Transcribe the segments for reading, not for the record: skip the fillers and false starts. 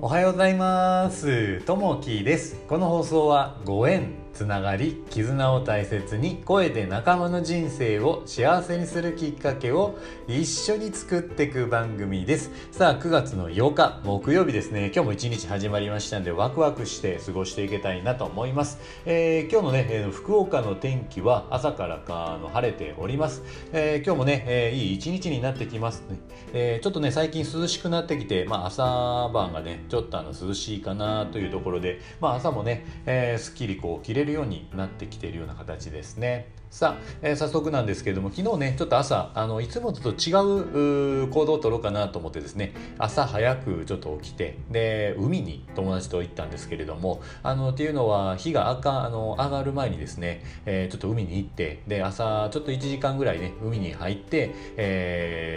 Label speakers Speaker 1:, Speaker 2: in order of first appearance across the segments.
Speaker 1: おはようございます。ともきです。この放送はご縁、つながり、絆を大切に声で仲間の人生を幸せにするきっかけを一緒に作っていく番組です。さあ9月の8日木曜日ですね。今日も一日始まりましたのでワクワクして過ごしていけたいなと思います。今日のね、福岡の天気は朝から晴れております。今日もね、いい一日になってきますね。ちょっとね最近涼しくなってきて、朝晩がねちょっと涼しいかなというところで、朝もね、すっきり着れるようになってきているような形ですね。さあ、早速なんですけれども、昨日ねちょっと朝いつもと違う行動を取ろうかなと思ってですね、朝早くちょっと起きて、で海に友達と行ったんですけれども、っていうのは日が上がる前にですね、ちょっと海に行って、で朝ちょっと1時間ぐらいね海に入って、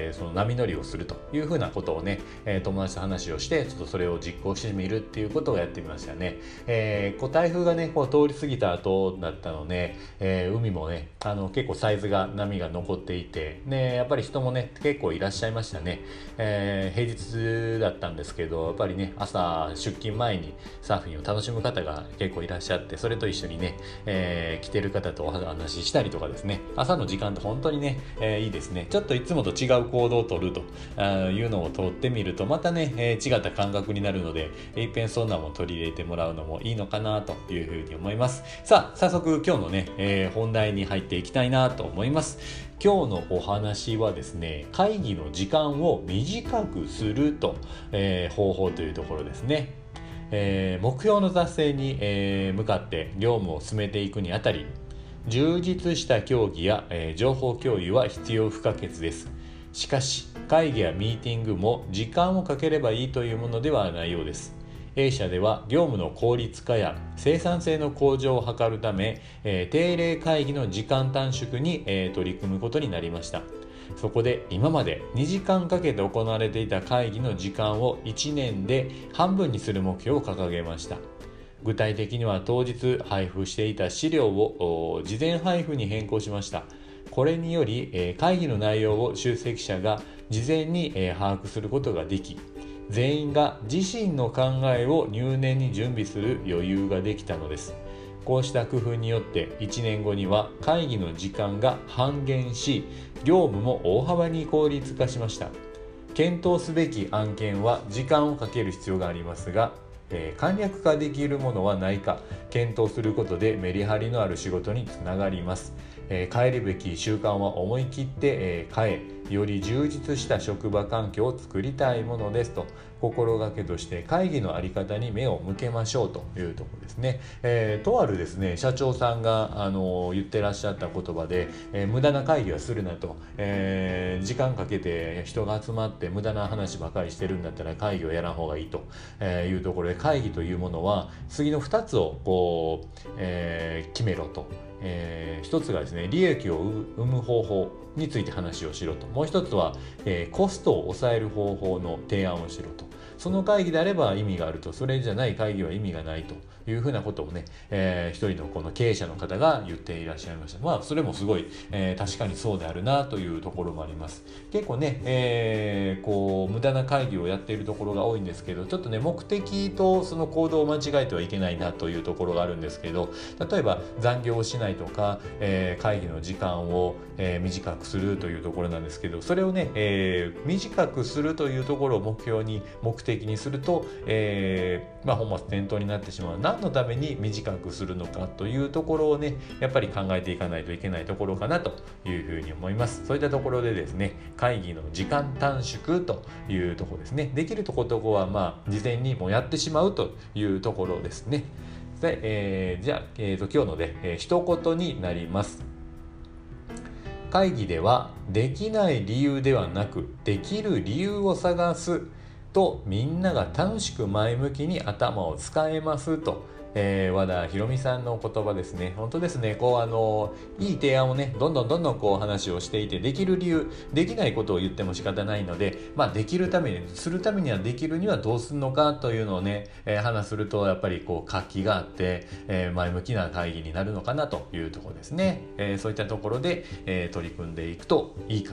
Speaker 1: その波乗りをするというふうなことをね、友達と話をしてちょっとそれを実行してみるっていうことをやってみましたね。台風がね通り過ぎた後だったので、海もね結構サイズが波が残っていて、でやっぱり人もね結構いらっしゃいましたね。平日だったんですけど、やっぱりね朝出勤前にサーフィンを楽しむ方が結構いらっしゃって、それと一緒にね、来てる方とお話ししたりとかですね、朝の時間って本当にね、いいですね。ちょっといつもと違う行動をとるというのをとってみるとまたね、違った感覚になるので、いっぺんそんなも取り入れてもらうのもいいのかなというふうに思います。さあ早速今日のね、本題に入っていきたいなと思います。今日のお話はですね、会議の時間を短くすると、方法というところですね。目標の達成に、向かって業務を進めていくにあたり、充実した協議や、情報共有は必要不可欠です。しかし会議やミーティングも時間をかければいいというものではないようです。A 社では業務の効率化や生産性の向上を図るため、定例会議の時間短縮に、取り組むことになりました。そこで今まで2時間かけて行われていた会議の時間を1年で半分にする目標を掲げました。具体的には当日配布していた資料を事前配布に変更しました。これにより会議の内容を出席者が事前に把握することができ、全員が自身の考えを入念に準備する余裕ができたのです。こうした工夫によって1年後には会議の時間が半減し、業務も大幅に効率化しました。検討すべき案件は時間をかける必要がありますが、簡略化できるものはないか検討することでメリハリのある仕事につながります。変えるべき習慣は思い切って変え、より充実した職場環境を作りたいものですと、心がけとして会議のあり方に目を向けましょうというところですね。とあるですね社長さんが言ってらっしゃった言葉で、無駄な会議はするなと、時間かけて人が集まって無駄な話ばかりしてるんだったら会議をやらん方がいいというところで、会議というものは次の2つを決めろと。一つがですね利益を生む方法について話をしろと、もう一つは、コストを抑える方法の提案をしろと。その会議であれば意味があると、それじゃない会議は意味がないというふうなことをね、一人のこの経営者の方が言っていらっしゃいました。それもすごい、確かにそうであるなというところもあります。結構ね、無駄な会議をやっているところが多いんですけど、ちょっとね目的とその行動を間違えてはいけないなというところがあるんですけど、例えば残業をしないとか、会議の時間を、短くするというところなんですけど、それをね、短くするというところを目的にすると、本末転倒になってしまう。何のために短くするのかというところをねやっぱり考えていかないといけないところかなというふうに思います。そういったところでですね、会議の時間短縮というところですね。できるところは事前にもうやってしまうというところですね。で、じゃあ、今日ので、一言になります。会議ではできない理由ではなくできる理由を探すと、みんなが楽しく前向きに頭を使えますと、和田博美さんの言葉ですね。本当ですね。いい提案をねどんどん話をしていて、できる理由、できないことを言っても仕方ないので、できるためにするためにはできるにはどうするのかというのをね、話するとやっぱり活気があって、前向きな会議になるのかなというところですね。そういったところで、取り組んでいくといいかなと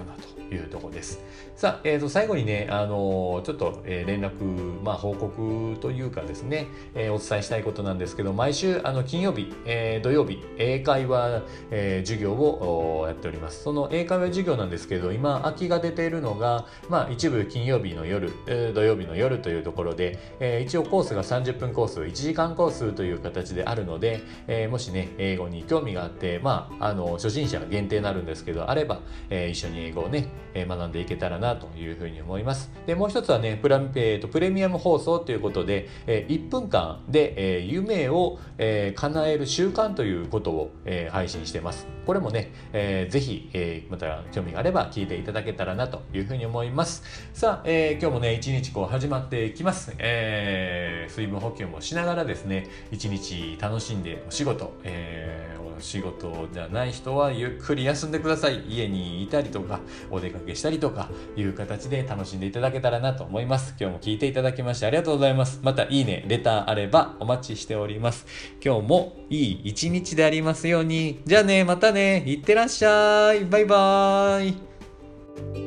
Speaker 1: いうところです。さあ、最後にね、ちょっと、連絡、報告というかですね、お伝えしたいことなんですけど、毎週金曜日、土曜日、英会話、授業をやっております。その英会話授業なんですけど、今空きが出ているのが、一部金曜日の夜、土曜日の夜というところで、一応コースが30分コース、1時間コースという形であるので、もしね、英語に興味があって、初心者限定になるんですけど、あれば、一緒に英語をね、学んでいけたらなというふうに思います。で、もう一つはね、プレミアム放送ということで、1分間で、夢を、叶える習慣ということを、配信してます。これもね、ぜひ、また興味があれば聞いていただけたらなというふうに思います。さあ、今日もね、一日始まっていきます。水分補給もしながらですね、一日楽しんでお仕事、お仕事じゃない人はゆっくり休んでください。家にいたりとかお出かけしたりとかいう形で楽しんでいただけたらなと思います。今日も聞いていただきましてありがとうございます。またいいね、レターあればお待ちしております。今日もいい一日でありますように。じゃあね、またね、いってらっしゃい。バイバーイ。